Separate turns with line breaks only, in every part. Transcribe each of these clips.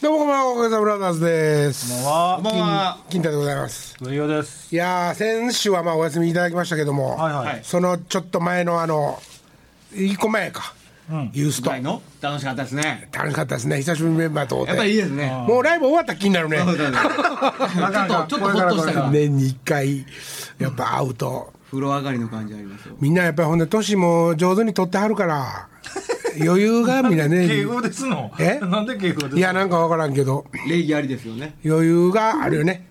どうもこんばんは、おかげさまブラザーズです。
こんばんは。こんばんは。
金太でございます。
上与です。
いやー、先週はまあお休みいただきましたけども、
はいはい、
そのちょっと前の1個前か、ユースト
の楽しかったですね。
楽しかったですね。久しぶりにメンバーと会って
やっぱりいいですね。
もうライブ終わった気になるね。
ちょっとほっとしたから
年に1回やっぱ会うと、
風呂上がりの感じありますよ。
みんなやっぱりほんで年も上手に取ってはるから余裕がみんなね
敬語ですの。なんで敬語ですの。
いやなんか分からんけど
礼儀ありですよね。
余裕があるよね。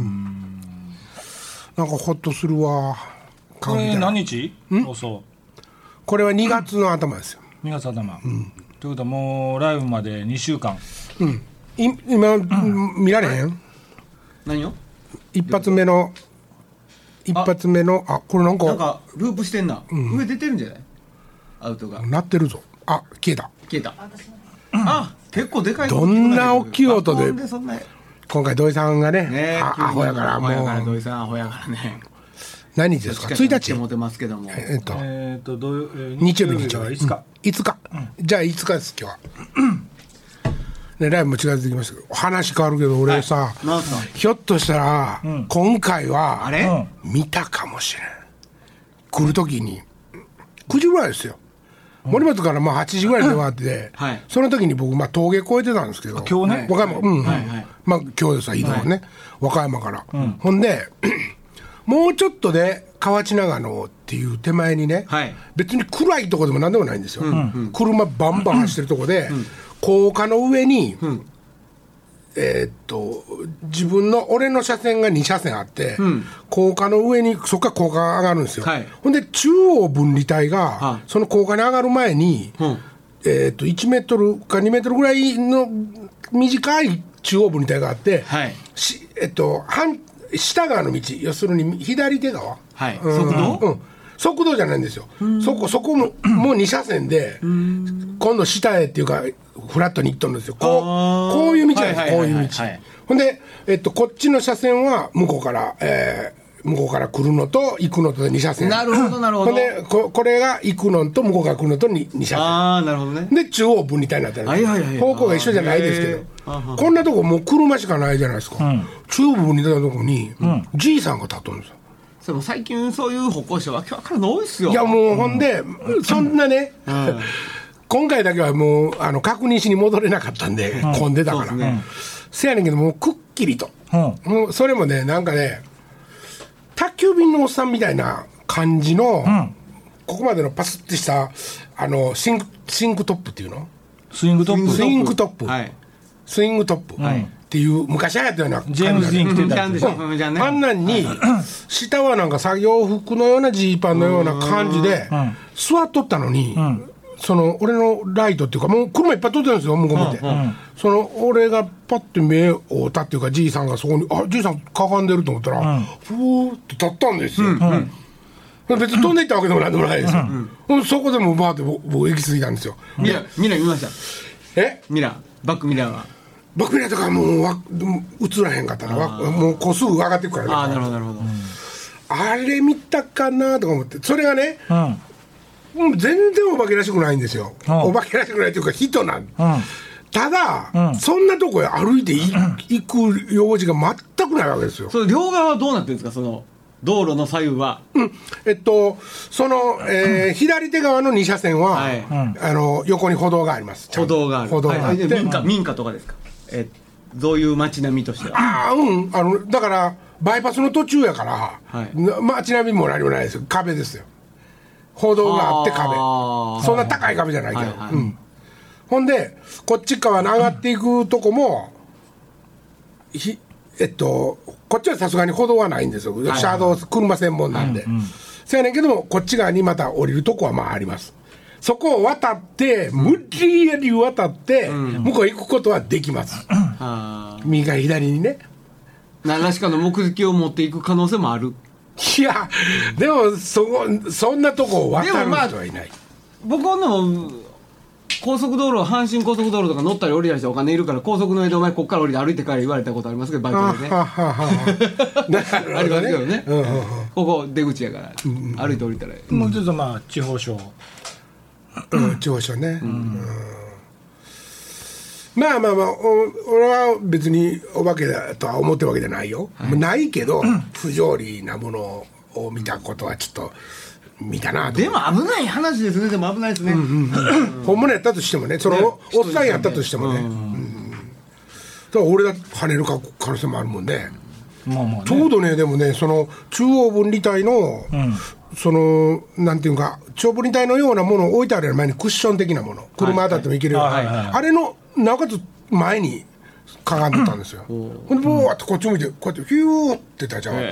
なんかホッとするわ。
これ何日放送？
これは2月の頭ですよ。
2月頭、ということはもうライブまで2週間。
今、見られへん？
何を？
一発目のこれなんか
ループしてんな。上出てるんじゃない？アウトが
鳴ってるぞ。消えた。
結構でかい。
どんな大きい音で今回土井さんがね、アホやからもう
土井さんアホやからね。
何日ですか？1日。
持てますけども。
日曜日
5日。
5日。じゃあ5日です今日は。ね、ライブも近づいてきましたけど、話変わるけど俺さ、ひょっとしたら今回は見たかもしれん。来る時に9時ぐらいですよ。森本からまあ8時ぐらいに電話あって、その時に僕峠越えてたんですけど、
今日ね、
和歌山、まあ今日でさ移動ね、和歌山から、ほんでもうちょっとで河内長野っていう手前にね、別に暗いとこでもなんでもないんですよ。車バンバン走ってるとこで、高架の上に、自分の俺の車線が2車線あって、高架の上にそこから高架が上がるんですよ。ほんで中央分離帯が、その高架に上がる前に、1メートルか2メートルぐらいの短い中央分離帯があって、下側の道、要するに左手側、速道じゃないんですよ。そこも2車線で、今度下へっていうかフラットに行っとるんですよ。こういう道なんです。こういう道。ほんで、こっちの車線は向こうから来るのと行くのとで2車線。
なるほどなるほど。
ほんでこれが行くのと向こうから来るのと 2車線。
なるほどね。
で中央分離帯になってるんです。方向が一緒じゃないですけど、こんなとこもう車しかないじゃないですか。中央分離帯のとこにじいさんが立っとるんですよ。
でも最近そういう歩行者わけわからんの多いっすよ。
いやもうほんでそんなね、今回だけはもう確認しに戻れなかったんで、混んでたから、せやねんけどもうくっきりと、もうそれもねなんかね宅急便のおっさんみたいな感じの、ここまでのパスってしたシンクトップっていうの、
スイングトップ
っていう昔流行ったような
ジェームズ・ディーン着てたんでしょ。
あんなんに下はなんか作業服のようなジーパンのような感じで座っとったのに、その俺のライトっていうかもう車いっぱい撮ってるんですよ向こう見て、その俺がパッて目を追ったっていうかじいさんがそこにじいさんかがんでると思ったら、ふーって立ったんですよ。別に飛んでいったわけでもなんでもないですよ。そこでもバーって僕行き過ぎたんですよ。
ミラー見ました？バックミラーは
バックミラーとかもう映らへんかったらもうこうすぐ上がっていくからね。
なるほどなるほど。
あれ見たかなとか思って、それがね、全然お化けらしくないんですよ。お化けらしくないというか人なん、ただ、そんなとこへ歩いて行く用事が全くないわけですよ。
その両側はどうなってるんですか？その道路の左右は、
その、左手側の2車線は、横に歩道があります。
歩道がある。民家とかですか？どういう街並みとしては？
だからバイパスの途中やから、街並みも何もないですよ。壁ですよ。歩道があって壁。そんな高い壁じゃないけど。ほんでこっち側に上がっていくとこもこっちはさすがに歩道はないんですよ。車道車専門なんで。そうやねんけどもこっち側にまた降りるとこはまああります。そこを渡って無理やり渡って向こう行くことはできます。右から左にね。
何らしかの目的を持っていく可能性もある。
いやでもそんなとこを渡る人はいない。
僕は高速道路、阪神高速道路とか乗ったり降りたりしてお金いるから高速の上でお前こっから降りて歩いてから言われたことありますけどバイクでねありますけどね、ここ出口やから歩いて降りたら
もうちょっとまあ地方省
地方省ね、 まあまあまあ俺は別にお化けだとは思ってるわけじゃないよ、ないけど、不条理なものを見たことはちょっと見たなと。
でも危ない話ですね。でも危ないですね、
本物やったとしてもね、そのおっさんやったとしてもね、だから俺が跳ねる可能性もあるもんね。
まあまあね、
ちょうどね、でもね、その中央分離帯の、そのなんていうか中央分離帯のようなものを置いてある前にクッション的なもの、車当たってもいけるような、あれのなおかつ前にかがんでたんですよ。ほんでボーってこっち向いてこうやってヒューって立ち上がって、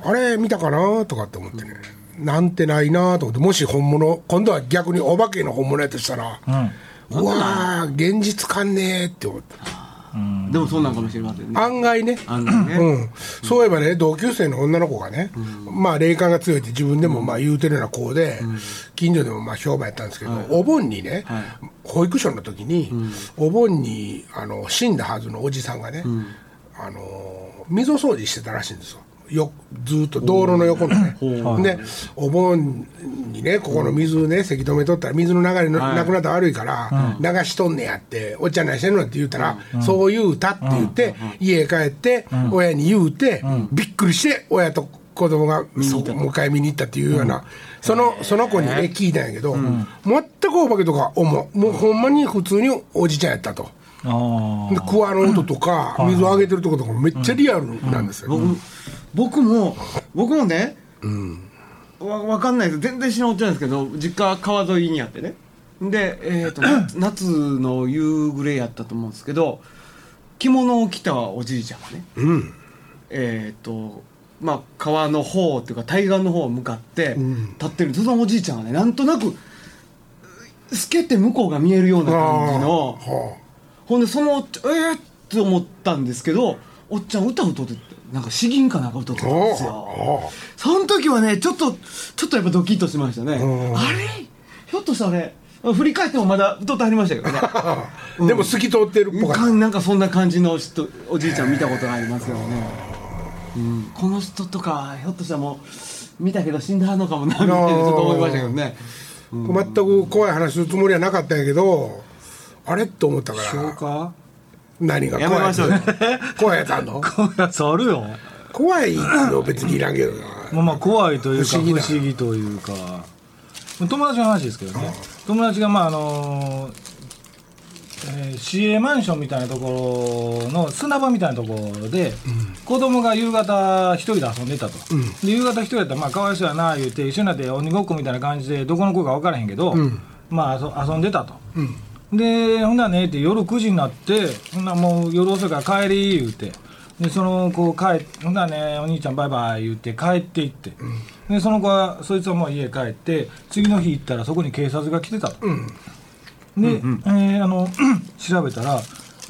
あれ見たかなとかって思ってね、なんてないなと思って、もし本物、今度は逆にお化けの本物やとしたら、うわー現実感ねーって思って。
でもそうなんかもしれませんね、
案外ね、そういえばね、同級生の女の子がね、まあ霊感が強いって自分でもまあ言うてるような子で、近所でもまあ評判やったんですけど、お盆にね、保育所の時に、お盆に死んだはずのおじさんがね、溝掃除してたらしいんですよ。ずっと道路の横のね、でお盆にね、ここの水ね、せき止めとったら水の流れなくなったら悪いから流しとんねやって、おっちゃん何してんのって言ったら、そう言うたって言って、家帰って親に言うて、びっくりして親と子供が迎え見に行ったっていうような、その子にね聞いたんやけど、全くお化けとかもうほんまに普通におじちゃんやったと。でクワの音とか水をあげてるとことかもめっちゃリアルなんですよ。
僕もね、わかんないです、全然知らんおっちゃんですけど、実家川沿いにあってね、で、夏の夕暮れやったと思うんですけど、着物を着たおじいちゃんがね、まあ川の方っていうか対岸の方を向かって立ってる、そのおじいちゃんがね、なんとなく透けて向こうが見えるような感じの、ほんでそのって思ったんですけど、おっちゃん歌歌ってて、なんか詩吟かなんか歌ってたんですよ。その時はねちょっとやっぱドキッとしましたね。あれひょっとしたらね、振り返ってもまだ歌ってはりましたけどね
でも透き通ってるっぽかった。
なんかそんな感じのおじいちゃん見たことがありますよね。この人とかひょっとしたらもう見たけど死んだのかもなみたいなちょっと思いましたけどね。
全く怖い話するつもりはなかったんやけど、あれと思ったから。
そうか、
何が怖いやつ怖いやつあんの？
怖いやつあるよ。
怖いの別にいらんけどな。
まあ怖いというか不思議というか、友達の話ですけどね、友達がまあ市営マンションみたいなところの砂場みたいなところで、子供が夕方一人で遊んでたと、で夕方一人やったらまあかわいそうやな言うて、一緒になって鬼ごっこみたいな感じでどこの子か分からへんけど、まあ遊んでたと、でほんならねって夜9時になって、ほんならもう夜遅いから帰り言うて、でその子ほんならねお兄ちゃんバイバイ言って帰っていって、でその子はそいつはもう家帰って次の日行ったらそこに警察が来てたと、で、調べたら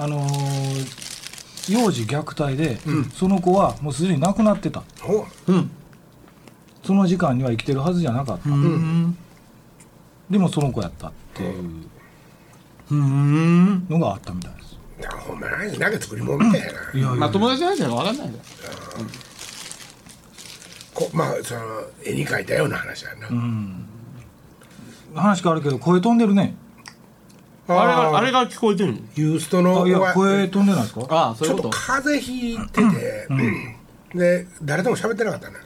幼児虐待で、その子はもうすでに亡くなってた、その時間には生きてるはずじゃなかった、でもその子やったっていうのがあったみたいです。
いやほんま何なんか作り物みたいな、
まあ友達の話は分かんないんだよ。
まあその絵に描いたような話やな、
話変わるけど声飛んでるね。
あれが聞こえてるの？
ユーストの
いや声飛んでないですか？
ああそういうこと。
ちょっと風邪ひいてて、で誰とも喋ってなかったな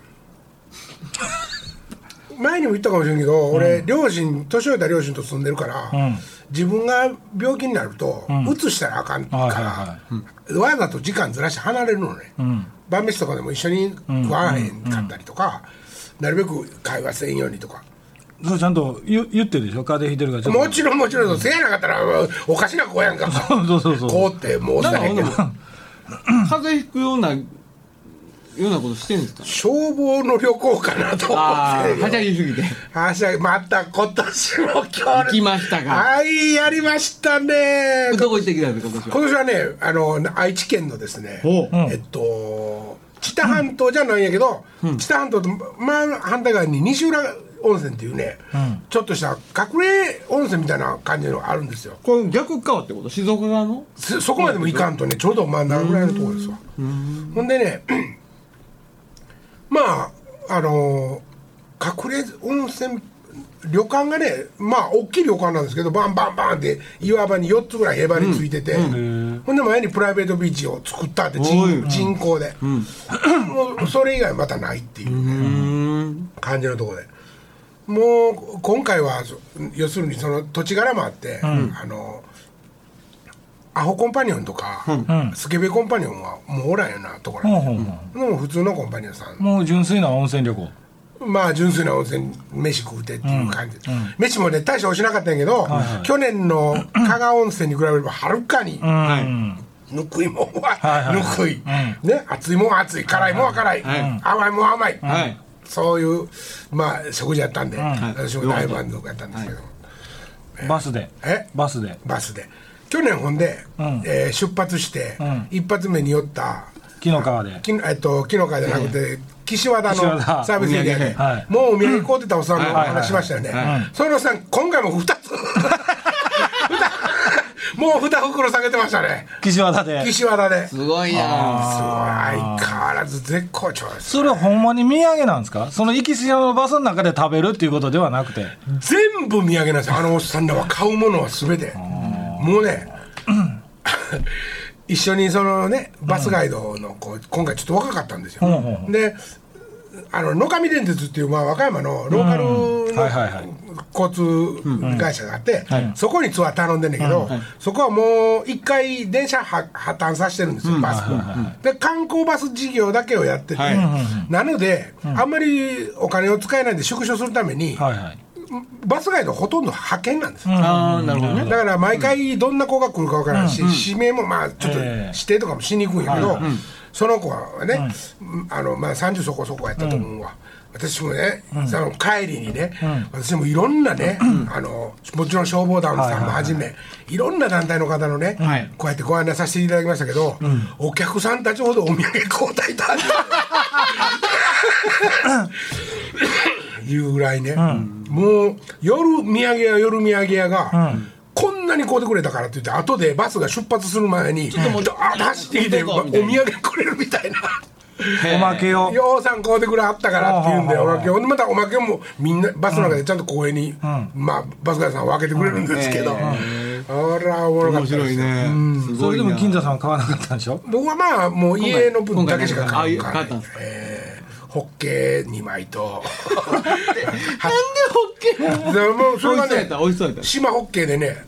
前にも言ったかもしれんけど、俺年老いた両親と住んでるから、自分が病気になるとうつしたらあかんからわざと時間ずらして離れるのね、晩飯とかでも一緒に食わへんかったりとか、なるべく会話せんようにとか。
そうちゃんと言ってるでしょ、風邪ひいてるから。
もちろんせやなかったらおかしな子やんか。
そう
こうってもう
風邪ひくようなことしてるんですか？
消防の旅行かなと思って。
はしゃぎすぎて。
また今年も
行きましたか？
はい、やりましたね。
どこ行ってきたんですか？
今年はね、愛知県のですね、知多半島じゃないんやけど、知多半島と反対側に西浦温泉っていうね、ちょっとした隠れ温泉みたいな感じのがあるんですよ。
これ逆側ってこと？静岡側の？
そこまでも行かんとね、ちょうど真ん中ぐらいのところですわ。ほんでね、まあ隠れ温泉旅館がねまあ大きい旅館なんですけどバンバンバンって岩場に4つぐらいへばりついてて、ほんで前にプライベートビーチを作ったって人工で、もうそれ以外またないっていう、ね、感じのところでもう今回は要するにその土地柄もあって、アホコンパニオンとか、スケベコンパニオンはもうおらんようなところなんで、でも普通のコンパニオンさん
もう純粋な温泉旅行、
まあ純粋な温泉飯食うてっていう感じ、飯もね大したおしなかったんやけど、去年の加賀温泉に比べればはるかに、ぬくいもんはぬくい、ね、熱いもんは熱い、辛いもんは辛い、甘いもんは甘い、そういうまあ食事やったんで、私も大満足やったんですけど、
バスで
去年ほんで、出発して、一発目に寄った
紀の川で
紀の川じゃなくて、岸和田のサービスエリアで、もうお土産買うてたおっさんの話しましたよね。そのおっさん今回も2つもう2袋下げてましたね。
岸和田です
ごいな。
相変わらず絶好調です。
それはほんまに土産なんですか？その行きしのバスの中で食べるっていうことではなくて
全部土産なんですよ。あのおっさんらは買うものは全てもうね一緒にそのねバスガイドの子、今回ちょっと若かったんですよ、で野上電鉄っていう、まあ、和歌山のローカルの交通会社があって、そこにツアー頼んでんだけど、そこはもう一回電車破綻させてるんですよ、バスで観光バス事業だけをやってて、なので、あんまりお金を使えないんで縮小するために、バスガイドほとんど派遣なんですよ。
なるほどね。
だから毎回どんな子が来るか分からないし、指名もまあちょっと指定とかもしにくいんやけど、その子はね、まあ30そこそこやったと思うわ。私もね、その帰りにね、私もいろんなね、もちろん消防団さんもはじめ、いろんな団体の方のね、こうやってご案内させていただきましたけど、お客さんたちほどお土産交代だいうぐらいね、もう夜土産屋が、こんなに買うてくれたからって言って後でバスが出発する前に走ってきてお土産くれるみたいな
おまけを
ようさん買うてくれはったからって言うんでおまけをまたおまけもみんなバスの中でちゃんと公園に、まあバスガイドさんは分けてくれるんですけど、あらおもろかったです。面白い
ね。それでも金座さんは買わなかったんでしょ？
僕はまあもう家の分だけしか買わない。ホッケ2枚と
なんでホッケ
もうそれがね
美味しそうやった
島ホッケでね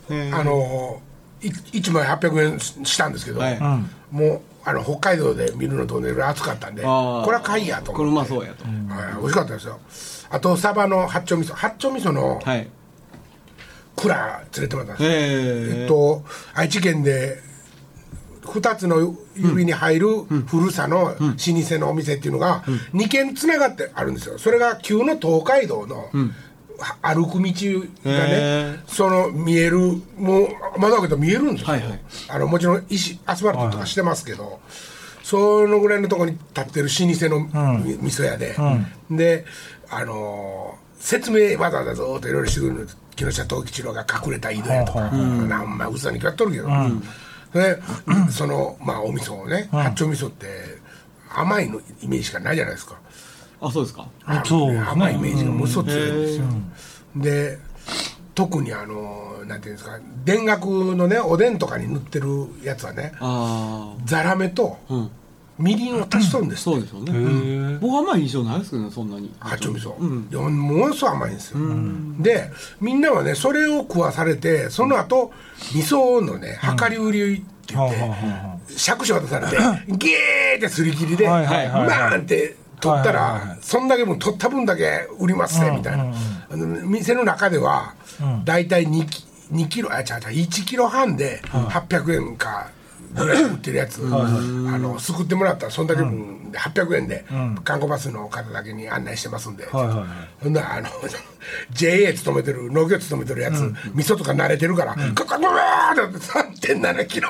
1枚800円したんですけど、もう北海道で見るのとね暑かったんでこれは買いやと思って、
これうまそうやと、
美味しかったですよ。あとサバの八丁味噌の蔵連れてもらったんですよ。愛知県で2つの指に入る古さの老舗のお店っていうのが2軒つながってあるんですよ。それが旧の東海道の歩く道がね、その見える、もう窓開けたら見えるんですよ、もちろんアスファルトとかしてますけど、そのぐらいのところに立ってる老舗の味噌屋で、で説明わざわざずっといろいろしてくる木下藤吉郎が隠れた井戸屋とか、なんま嘘に決まっとるけど、でそのまあお味噌をね、八丁味噌って甘いのイメージしかないじゃないですか。
あ、そうですか。
甘いイメージがものすごく強いんですよ。で特になんていうんですか、田楽のねおでんとかに塗ってるやつはね、ザラメとみりんを足しとるんです。
そうですよね。僕甘い印象ないですけどね、そんなに。
八丁味噌、ものすごい甘いんですよ。でみんなはねそれを食わされて、その後味噌のね量り売りって言って杓子渡されてゲーってすり切りでバーンって取ったら、そんだけ分取った分だけ売りますねみたいな。店の中ではだいたい2キロ1キロ半で800円かぐらい売ってるやつ、すくってもらったらそんだけ分で800円で観光バスの方だけに案内してますんで、ほんならJA 勤めてる農業勤めてるやつ、味噌とか慣れてるからガガガガーって 3.7 キロ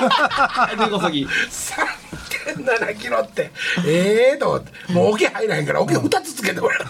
3.7 キロってと思って、もう桶入らへんから桶2つつけてもらう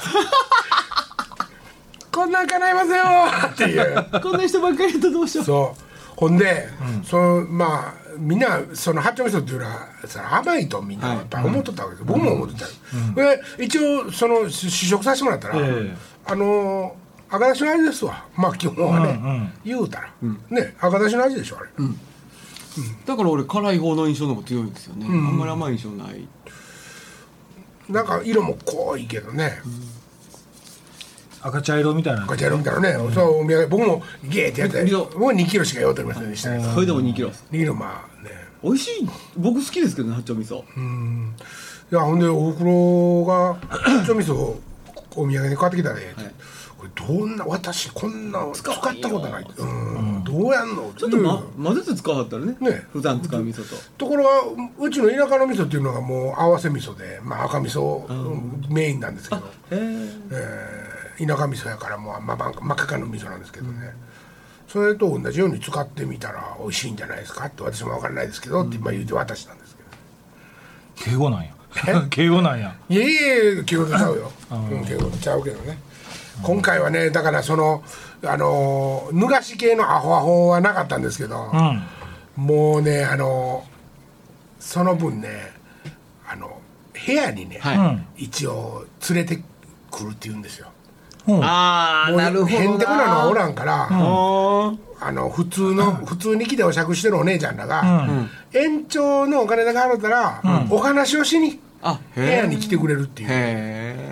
こんなん叶いますよっていう
こんな人ばっかりとどうしよう。
そうほんで、まあみんなその八丁味噌っていうのは甘いとみんなやっぱ思っとったわけです、僕も思ってた、で一応その試食させてもらったら、 赤だしの味ですわ、まあ基本はね、言うたら、ね、赤だしの味でしょあれ、
だから俺辛い方の印象の方が強いんですよね、あんまり甘い印象ない。
なんか色も濃いけどね、
赤茶色みたいな。
赤茶色みたいなね、そうお土産僕もゲーってやって僕は2キロしか用取りませんでしたけど、
それでも2キロ
2キロまあね
美味しい。僕好きですけどね、八丁味噌。
いやほんでおふくろが八丁味噌をお土産に買ってきたで、これどんな私こんな使ったことない、どうやんの
ちょっと、混ぜて使わはったらね、普段使う味噌と。
ところがうちの田舎の味噌っていうのがもう合わせ味噌で、まあ、赤味噌メインなんですけど、田舎味噌やからもう真っ赤かの味噌なんですけどね、それと同じように使ってみたら美味しいんじゃないですかって私も分からないですけどって今言うて渡したんですけど、
敬語なんや敬語なんや。
いえいえ敬語とちゃうよ敬語とちゃうけどね、今回はねだからそのぬがし系のアホアホはなかったんですけど、もうねその分ね部屋にね、一応連れてくるって言うんですよ。
ああなるほどな。
へんてこなのはおらんから、普通に来てお酌してるお姉ちゃんらが、延長のお金だけ払ったら、お話をしに部屋に来てくれるっていう。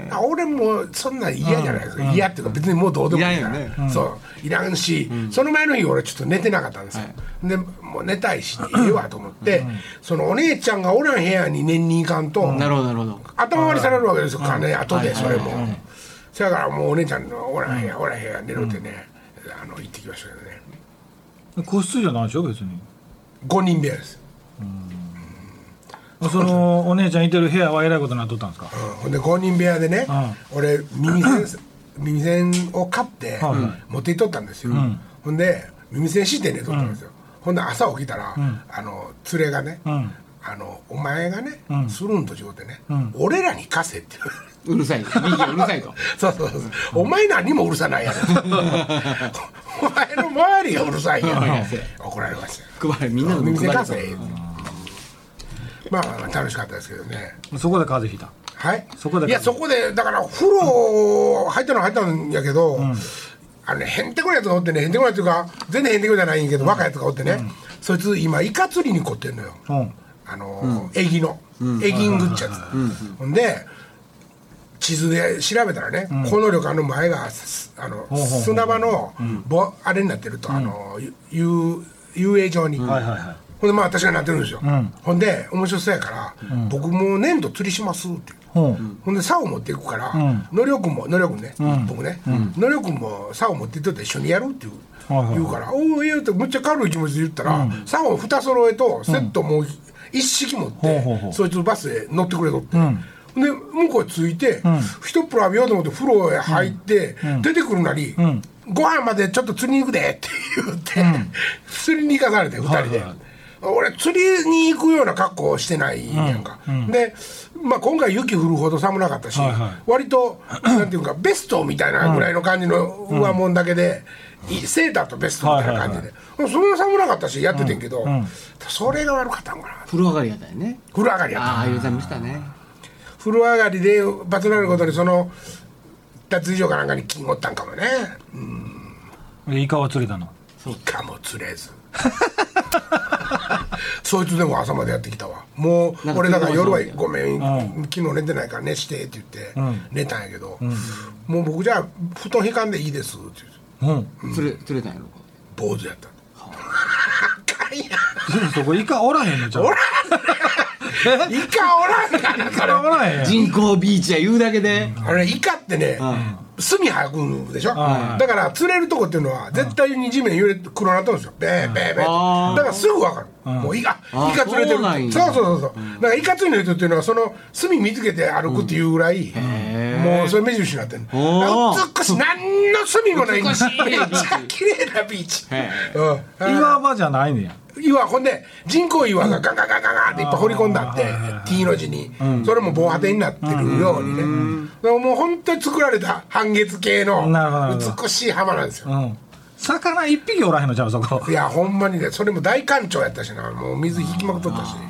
俺もそんな嫌じゃないですか、嫌っていうか別にもうどうでもいいから、そういらんし、その前の日俺ちょっと寝てなかったんですよ、でもう寝たいしええわと思って、そのお姉ちゃんがおらん部屋に寝に行かんと、頭割りされるわけですよ、金後でそれも。そやからもうお姉ちゃんのおらん部屋寝ろってね、行ってきましたけどね。
個室じゃないでしょ別に。
5人部屋です。
そのお姉ちゃんいてる部屋はえらいことになっとったんですか。
ほんで5人部屋でね、俺耳栓を買って持っていっとったんですよ、ほんで耳栓して寝とったんですよ、ほんで朝起きたら、連れがね、お前がね、スルンと違ってね、俺らに貸せって
うるさい、うるさいと
そうお前何もうるさないやろお前の周りがうるさいやろ怒られました
配れみんなの
耳栓貸せまあ楽しかったですけどね。
そこで風邪ひいた。
はい。いやそこでだから風呂入ったんやけど、へんてこなやつがおってね、へんてこなやつが全然へんてこじゃないんやけど、若いやつがおってね、そいつ今イカ釣りに凝ってんのよ。エギのエギングっちゃつ。ほんで地図で調べたらね、この旅館の前が砂場のあれになってると、遊泳場に。ほんでまあ私がなってるんですよ、ほんで面白そうやから、僕も粘土釣りしますってほんで竿を持っていくから、のりおくんね、僕ね、のりおくんも竿を持っていっとって一緒にやるって言うから「おおいいよ」ってむっちゃ軽い気持ちで言ったら、竿を2揃えとセットもう一式持って、そいつバスへ乗ってくれとって。で向こうへ着いて、一風呂浴びようと思って風呂へ入って、出てくるなり、ご飯までちょっと釣りに行くでって言って、釣りに行かされて2人で。俺釣りに行くような格好をしてないやんか、で、まあ、今回雪降るほど寒なかったし、割となんていうかベストみたいなぐらいの感じの上もんだけで、セーターとベストみたいな感じで、そんな寒なかったしやっててんけど、それが悪かったんかな。
風呂上がりやったよね。
風呂上がりやった。
ああいうざましたね。
風呂上がりでバツなることにその2つ以上かなんかに金おったんかもね。
イカは釣れたの。
イカも釣れずそいつでも朝までやってきたわ。もう俺だから夜はごめん、昨日寝てないから寝してって言って寝たんやけど、もう僕じゃあ布団引かんでいいですって
言って釣れたんやろか。
坊主やった
そこイカおらへんのちゃう。
おらんイカおらんからそれ
おらへん。
人工ビーチや言うだけで、
イカってね、墨吐くでしょ、だから釣れるとこっていうのは絶対に地面揺れて黒なっとるんですよ、ベーベーベー、だからすぐ分かる、もうイカ釣れてる。そうだからイカ釣りの人っていうのはその墨見つけて歩くっていうぐらい、もうそれ目印になってる。美しい、何の墨もないめっちゃ綺麗なビーチ。
岩場じゃないねや。
岩、ほんで人工岩がガンガンガンガンガンっていっぱい掘り込んだって、T の字に、それも防波堤になってるようにね、もう本当に作られた半月形の美しい浜なんですよ。
魚一匹おらへんのちゃうそこ。
いやほんまにね、それも大干潮やったしな、もう水引きまくっとったし、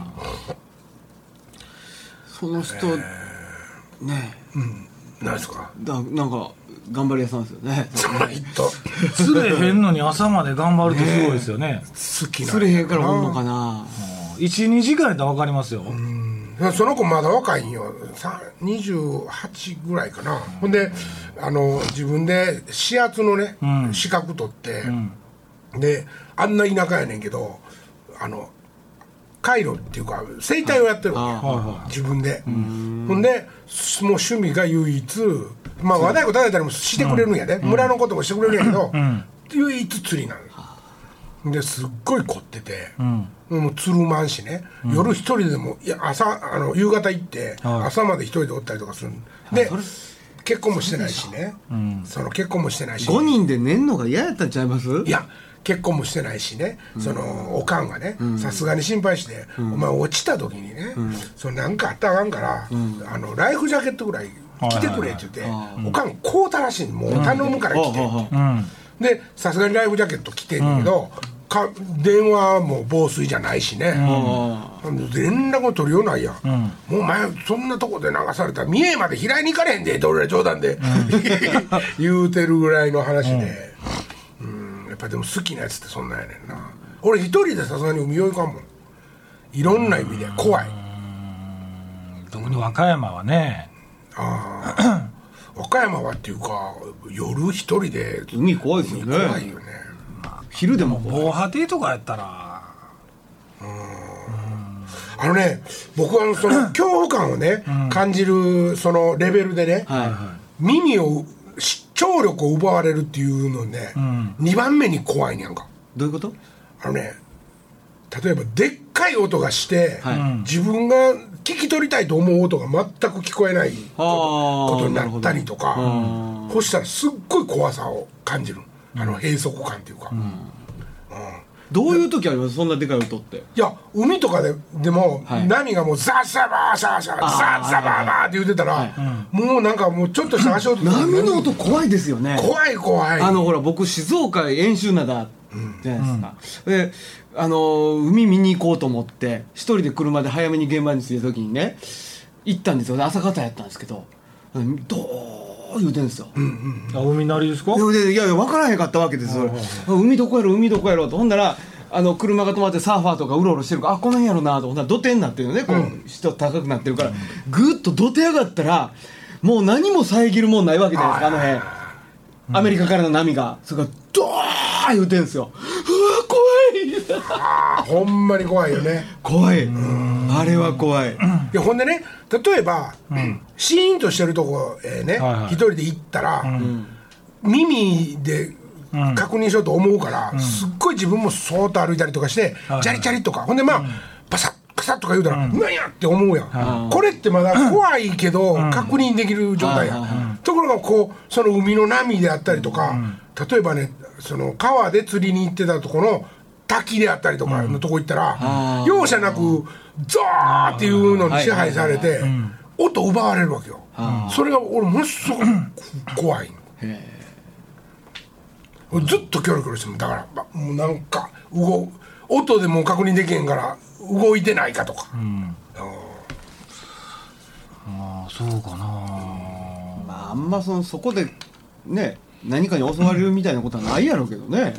その人ね
なんですか、
なんか頑張り屋さんですよね。
釣れへんのに朝まで頑張るってすごいですよね。
好きな
釣れへんからおんのかな。
12時間やったら分かりますよ。
その子まだ若いんよ。28ぐらいかな。ほんで自分で指圧のね、資格取って、であんな田舎やねんけど回路っていうか整体をやってるわけ、自分で。ほんでもう趣味が唯一、まあ和太鼓叩いたりもしてくれるんやで、村のこともしてくれるんやけど、唯一釣りなのですっごい凝ってて、もうつるまんしね、夜一人でも夕方行って、朝まで一人でおったりとかするで、結婚もしてないしね、結婚もしてないし、
5人で寝んのが嫌やったんちゃいます？
いや結婚もしてないしね、おかんがねさすがに心配して、お前落ちた時にね、なんかあったらあかんから、ライフジャケットぐらい着てくれって言って、おかんこうたらしいの、もう頼むから着てってで、さすがにライフジャケット着てんだけど、電話も防水じゃないしね、連絡も取るようないや、もうお前そんなとこで流されたら三重まで平井に行かれへんでって俺ら冗談で言うてるぐらいの話で、やっぱでも好きなやつってそんなんやねんな。俺一人でさすがに海用行かんもん、いろんな意味で怖い。
特に和歌山はね、
和歌山はっていうか夜一人で
海怖いですよね。
怖いよね。
昼でも
防波堤とかやったら
僕はその恐怖感をね、感じるそのレベルでね、耳を聴力を奪われるっていうのね、2番目に怖いねやんか。
どういうこと？
例えばでっかい音がして、自分が聞き取りたいと思う音が全く聞こえないことになったりとか、そしたらすっごい怖さを感じる、閉塞感っていうか、
どういう時あります？そんなでかい音って。
いや海とかでも、波がもうザッザバーザーザーザーザバーバーって言ってたら、もうなんかもうちょっとした足音
波の音怖いですよね。
怖い
ほら僕静岡演習灘じゃないですか、で海見に行こうと思って一人で車で早めに現場に着いた時にね行ったんですよ。朝方やったんですけど、どう言うてんですよ、
海なりですか？
いや分からへんかったわけですよ、海どこやろと。ほんだら車が止まってサーファーとかうろうろしてるから、この辺やろなと。ほんなら土手になってるのね、こう人高くなってるから、ぐっと土手上がったらもう何も遮るもんないわけじゃないですか、辺アメリカからの波がそれがドー言うてんですよ。うわ
怖いほんまに怖いよね。
怖い、あれは怖い。
いやほんでね、例えば、シーンとしてるとこ一人で行ったら、耳で確認しようと思うから、すっごい自分もそーっと歩いたりとかして、チャリチャリとか、ほんでパサッカサッとか言うたら、なんやって思うやん、これってまだ怖いけど、確認できる状態や、ところがその海の波であったりとか、例えばね、その川で釣りに行ってたところの滝であったりとかのとこ行ったら、容赦なくザーっていうのに支配されて、音奪われるわけよ。それが俺ものすごく怖いの。ずっとキョロキョロしても、だからもうなんか音でもう確認できへんから動いてないかとか、
そうかな。
あんまそこでね何かに襲われるみたいなことはないやろうけどね。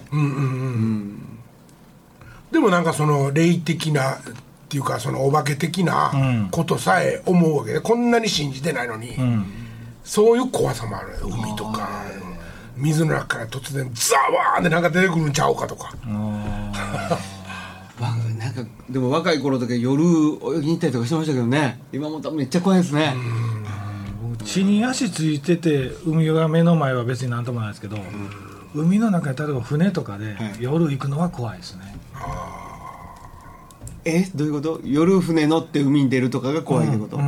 でもなんかその霊的なっていうか、そのお化け的なことさえ思うわけで、こんなに信じてないのに、そういう怖さもある。海とか水の中から突然ザワーンってなんか出てくるんちゃうかとか。
なんかでも若い頃とか夜泳ぎに行ったりとかしてましたけどね、今もめっちゃ怖いですね。
地に足ついてて海が目の前は別になんともないですけど、海の中に例えば船とかで夜行くのは怖いですね。
どういうこと？夜船乗って海に出るとかが怖いってこと？
だ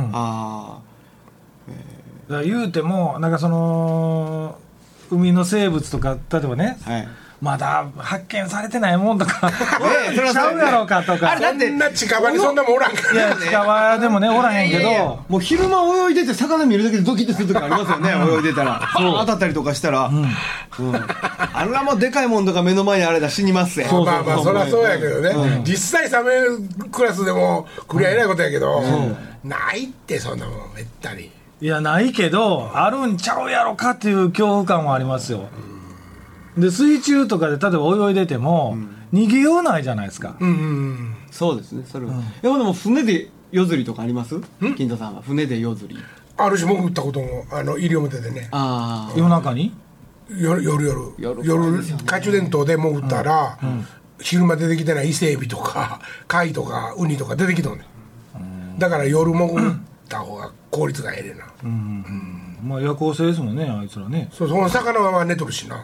から言うてもなんかその海の生物とか例えばね、まだ発見されてないもんとかちゃうやろうかとか、
そんな近場にそんなもんおらんからね。
近場でもねおらへんけど、
もう昼間泳いでて魚見るだけでドキッとする時ありますよね。泳いでたら当たったりとかしたら、あんなもんでかいもんとか目の前にあれだ死にますよ。
まあまあそりゃそうやけどね、実際サメクラスでもクリアえないことやけど、ないってそんなもんめったに。
いやないけどあるんちゃうやろかっていう恐怖感はありますよ。で水中とかで例えば泳いでても、逃げようないじゃないですか。
そうですねそれは、でも船で夜釣りとかあります？金田さんは船で夜釣り
あるし潜ったことも西表でね。
あ夜中に
夜懐中電灯で潜ったら、昼間出てきてない伊勢エビとか貝とかウニとか出てきとんねん。だから夜潜った方が効率がええねんな。
まあ夜行性ですもんねあいつらね。
その魚は寝とるしな。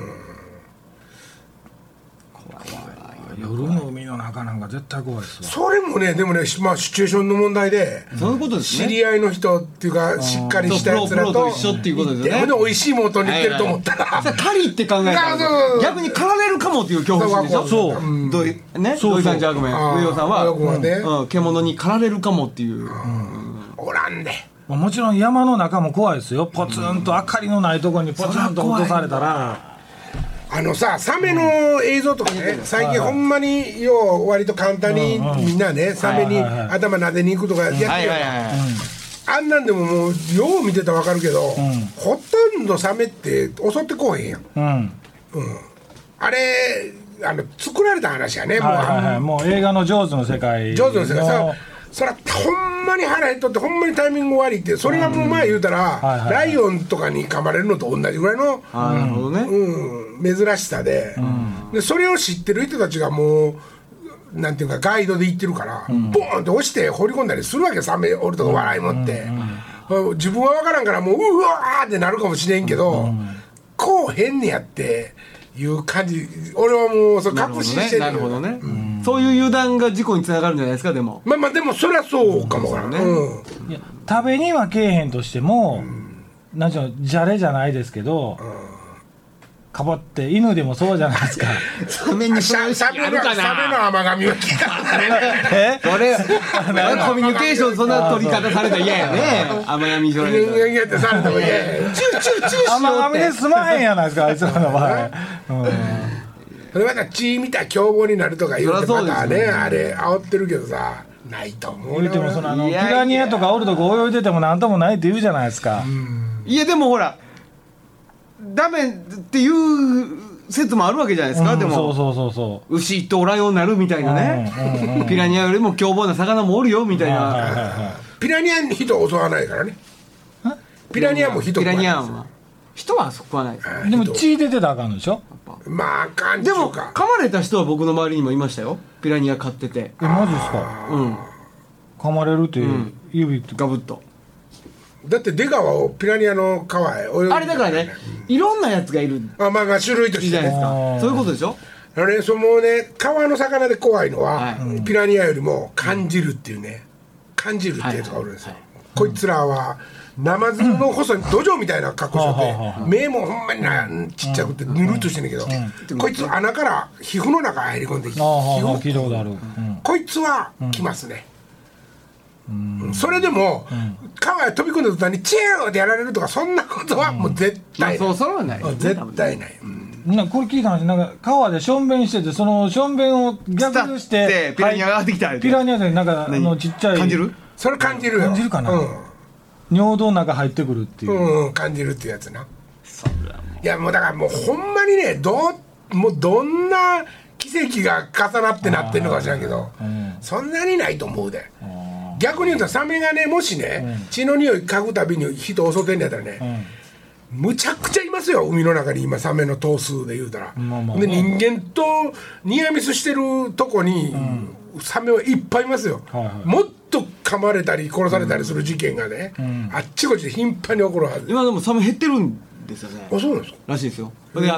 夜の海の中なんか絶対怖いですわ。
それもねでもね、まあ、シチュエーションの問題で、
そういうことですね。
知り合いの人っていうかしっかりしたやつらと
プロと一緒っていうことですよね。
で美味しいもん取りに行ってると思ったら、
狩りって考えたら逆に狩られるかもっていう恐怖心でしょ。そう土井さんじゃあごめん上尾さんは獣に狩られるかもっていう。
おらんで
もちろん山の中も怖いですよ。ポツンと明かりのないところにポツンと落とされたら。
サメの映像とかね、最近ほんまに割と簡単にみんなねサメに頭撫でに行くとかやってるよ。あんなんでももうよう見てたら分かるけど、ほとんどサメって襲ってこうへんやん。あれ作られた話やね。
もう映画のジョーズの世界
そらほんまに腹減っとってほんまにタイミング悪いって、それがもう前言うたらライオンとかに噛まれるのと同じぐらいの珍しさで、それを知ってる人たちがもうなんていうかガイドで行ってるから、ボーンって押して放り込んだりするわけ。サメおるとか笑いもって、自分は分からんからもううわーってなるかもしれんけど、こう変ねやっていう感じ。俺はもうそれ確信してる。
なるほどね。そういう油断が事故につながるんじゃないですか。でも
まあでもそれはそうかもからね。
食べにはけえへんとしても、なんちゅうのじゃれじゃないですけど、かばって犬でもそうじゃないですか。
サメにそういう意識あるかな。
サメの甘噛みは聞かない。
それコミュニケーションそんな取り方されたら嫌やね。甘噛みしろよ。
人間ってされても嫌や。
チューチューチューしようって。
甘噛みで済まへんやないですかあいつらの場合。
それまた血見た凶暴になるとか言うてまたねあれ煽ってるけどさ、ないと思う。
言うてもピラニアとかおるとこ泳いでてもなんともないって言うじゃないですか。
いやでもほらダメっていう説もあるわけじゃないですか。でもそう牛一頭ライオンになるみたいなね。ピラニアよりも凶暴な魚もおるよみたいな。
ピラニアに人を襲わないからね。ピラニアも人
ピラニアは人は食わないです。
でも血出てたらあかんでしょ。
まああかん
でも噛まれた人は僕の周りにもいましたよ。ピラニア飼ってて。
マジですか。噛まれるって指
ガブッと。
だって出川をピラニアの川へ泳ぐ。
あれだからね、いろんなやつがいる。
まあ種類として
じゃないですか。そういうことでしょ。
もうね川の魚で怖いのは、ピラニアよりも感じるっていうね、感じるっていうやつがおるんですよ。こいつらはナマズの細い土壌みたいな格好してて、目もほんまにちっちゃくてぬるっとしてんねんけど、こいつ穴から皮膚の中入り込んできて、こいつは来ますね。それでも川へ飛び込んだ途端にチューってやられるとかそんなことはもう絶対ない。
それはない。
絶対ない。
これ聞いた話、なんか川でしょんべんしてて、そのしょんべんを逆して
ピラニアが上がってきた。
ピラニアでなんかちっちゃい
感じる？
それ感じるよ。
感じるかな。尿道の中入ってくるっていう。
感じるっていうやつな。いやもうだからもうほんまにねもうどんな奇跡が重なってなってんのか知らんけど、そんなにないと思うで。逆に言うとサメがねもしね、血の匂い嗅ぐたびに人を襲ってんのやったらね、むちゃくちゃいますよ海の中に今サメの頭数で言うたら。で人間とニアミスしてるとこに、サメはいっぱいいますよ。もっと噛まれたり殺されたりする事件がね、あっちこっちで頻繁に起こるはず。
今でもサメ減ってるんですよね。
あ、そうなんですから
しいですよ。で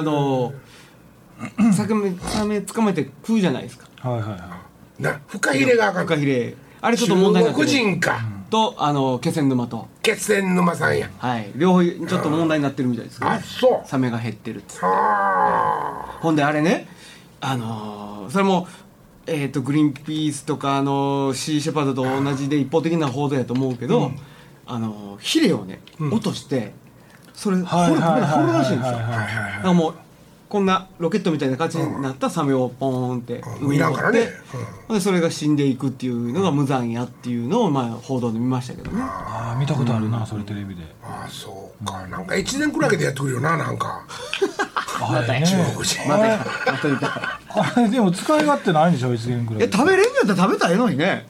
サメ捕まえて食うじゃないですか。
フカヒレがあかん。
フカヒレあれちょっと問題になってる。
中国人か
と気仙沼と
気仙沼さんや。
両方ちょっと問題になってるみたいですけどね。
そう
サメが減ってるって。ほんであれねそれもグリーンピースとかシーシェパードと同じで一方的な報道やと思うけど、ヒレをね落としてそれ掘るらしいんですよ。だからもうこんなロケットみたいな形になったサメをポーンって
海に放って、
でそれが死んでいくっていうのが無残やっていうのをまあ報道で見ましたけどね。
ああ見たことあるな、それテレビで。
ああそうか、なんか1年くらいでやってくるよな、なんか
あれね、
中国人
あれでも使い勝手ないんでしょ、1年くらい。
食べれんやったら食べたらええのにね。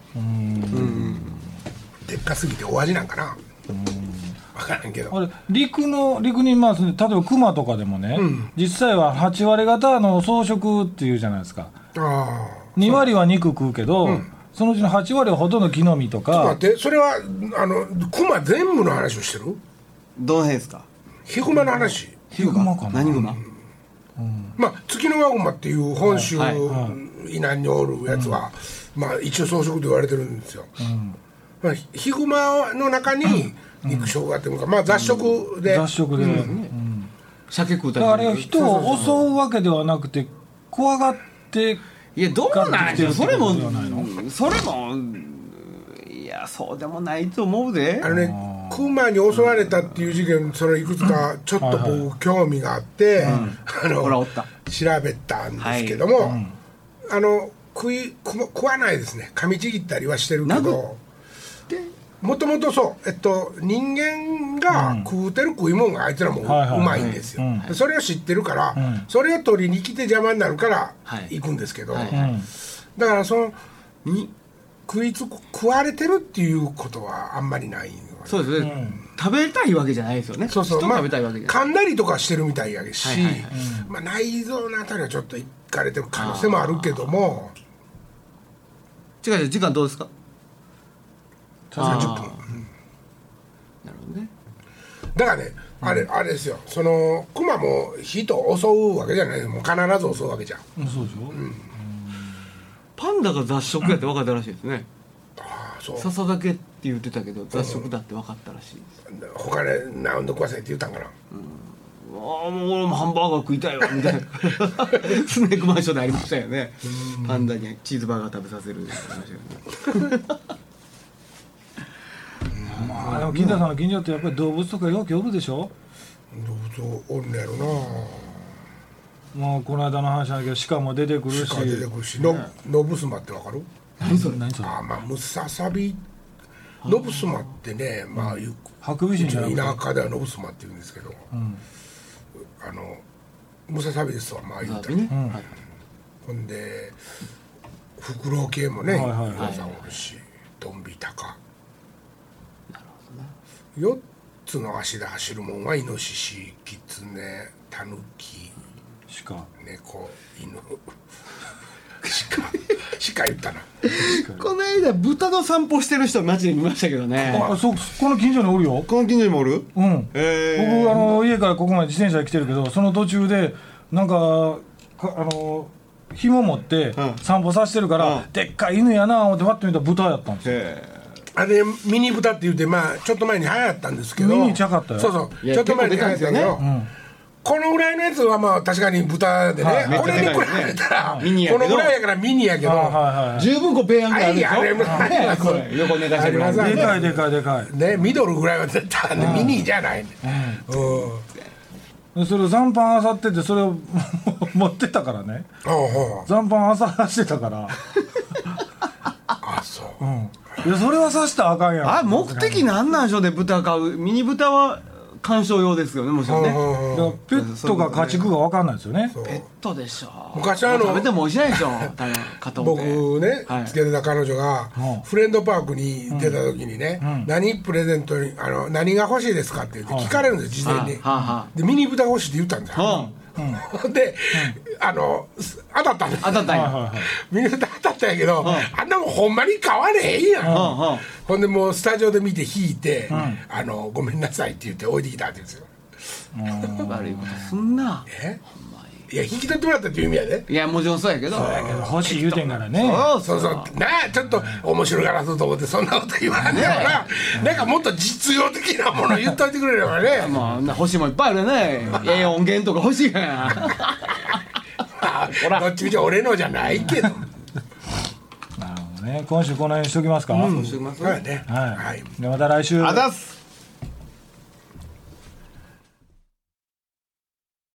でっかすぎてお味なんかな、分からんけど。
あれ陸にまあ例えばクマとかでもね、実際は8割方草食っていうじゃないですか。2割は肉食うけど、そのうちの8割はほとんど木の実とか。
待って、それはクマ全部の話をしてる？
どの辺ですか？
ヒグマの話。
ヒグマかな。
何グマ？
まあツキノワグマっていう本州以南におるやつは、まあ一応草食と言われてるんですよ。まあ、ヒグマの中に肉食があっていうか、まあ雑食で、
鮭食うたり、
あれは人を襲うわけではなくて怖がって。
いやどうなんでしょう、それもいやそうでもないと思うで。
クマに襲われたっていう事件、そのいくつかちょっと僕興味があって、調べたんですけども、食わないですね。噛みちぎったりはしてるけど、もともとそう、人間が食うてる食い物があいつらもうまいんですよ。それを知ってるから、それを取りに来て邪魔になるから行くんですけど、だから食われてるっていうことはあんまりない。
そうですね、食べたいわけじゃないですよね。
そうそう、
人食べたいわけじゃない。
噛んだりとかしてるみたいやし、まあ内臓のあたりはちょっといかれてる可能性もあるけども。
違う、時間どうですか
30分。なるほ
どね。
だからね、あれですよ、そのクマも人を襲うわけじゃない、もう必ず襲うわけじゃん。
そうでしょ。
パンダが雑食やって分かったらしいですね。
そう
笹だけって言ってたけど雑食だって分かったらしいです。
他で何度食わせって言ったんかな。
もう俺もハンバーガー食いたいわみたいなスネークマンションでありましたよね。パンダにチーズバーガー食べさせる
まあでも金田さんの近所ってやっぱり動物とかよくおるでしょ。
動物おるんやろな。
もうこの間の話だけど鹿も出てくるし。
鹿出てくるし、ノブスマってわかる？
何それ？ま
あムササビ、ノブスマってね、まあ
ハクビシンじゃなくて
田舎ではノブスマって言うんですけど、ムササビですわ、まあ言ったら。ほんでフクロウ系もね、おるし、ドンビタカ。4つの足で走るもんはイノシシ、キツネ、タヌキ、
鹿、
猫、犬、鹿言ったな。
この間豚の散歩してる人街で見ましたけどね。
この近所におるよ。
この近所にもおる？
僕家からここまで自転車で来てるけど、その途中でなんか紐持って散歩させてるから、でっかい犬やな思ってパッと見たら豚やったんですよ。
あれミニ豚って言って、まあちょっと前に流行ったんですけど、
ミニちゃかったよ。
そうそう、ちょっと前に流行ったけど、このぐらいのやつはまあ確かに豚でね、これに比べたらこのぐらいやからミニやけど、
十分こうペヤングあるでしょ。
横寝かしてください。
でかい
ね、ミドルぐらいは絶対ミニじゃないね。
それを残飯あさってて、それを持ってたからね。残飯あさしてたから。
あ、そう。
いや、それはさしたらあかんやん。
目的なんなんでしょうね。豚買うミニ豚は鑑賞用ですよね、もちろんね。
ペットが家畜が分かんないですよね。
ペットでしょ。
昔
食べても美味しないでしょ。
僕ね、付き合ってた彼女がフレンドパークに出た時にね、何プレゼントに何が欲しいですかって言って聞かれるんです、事前に。でミニ豚欲しいって言ったんですよ。で当たったんです。ミニ豚当たったんやけど、あんなもんほんまに買われへんやん。ほんでもうスタジオで見て引いて、ごめんなさいって言って置いてきたって言うんですよ。
悪いことすんな。
いや引き取ってもらったっていう意味やで。
いやもちろんそうやけど、
欲しい言うてんからね。
そうなあ、ちょっと面白がらそうと思ってそんなこと言わんねやから、なんかもっと実用的なもの言っといてくれればね。
まあ欲しいもんいっぱいあるよね。音源とか欲しいやん。
どっちみち俺のじゃないけど。
なるほどね。今週この辺にしときますか。
しときます。
はいね。
はい。でまた来週。
あざっす。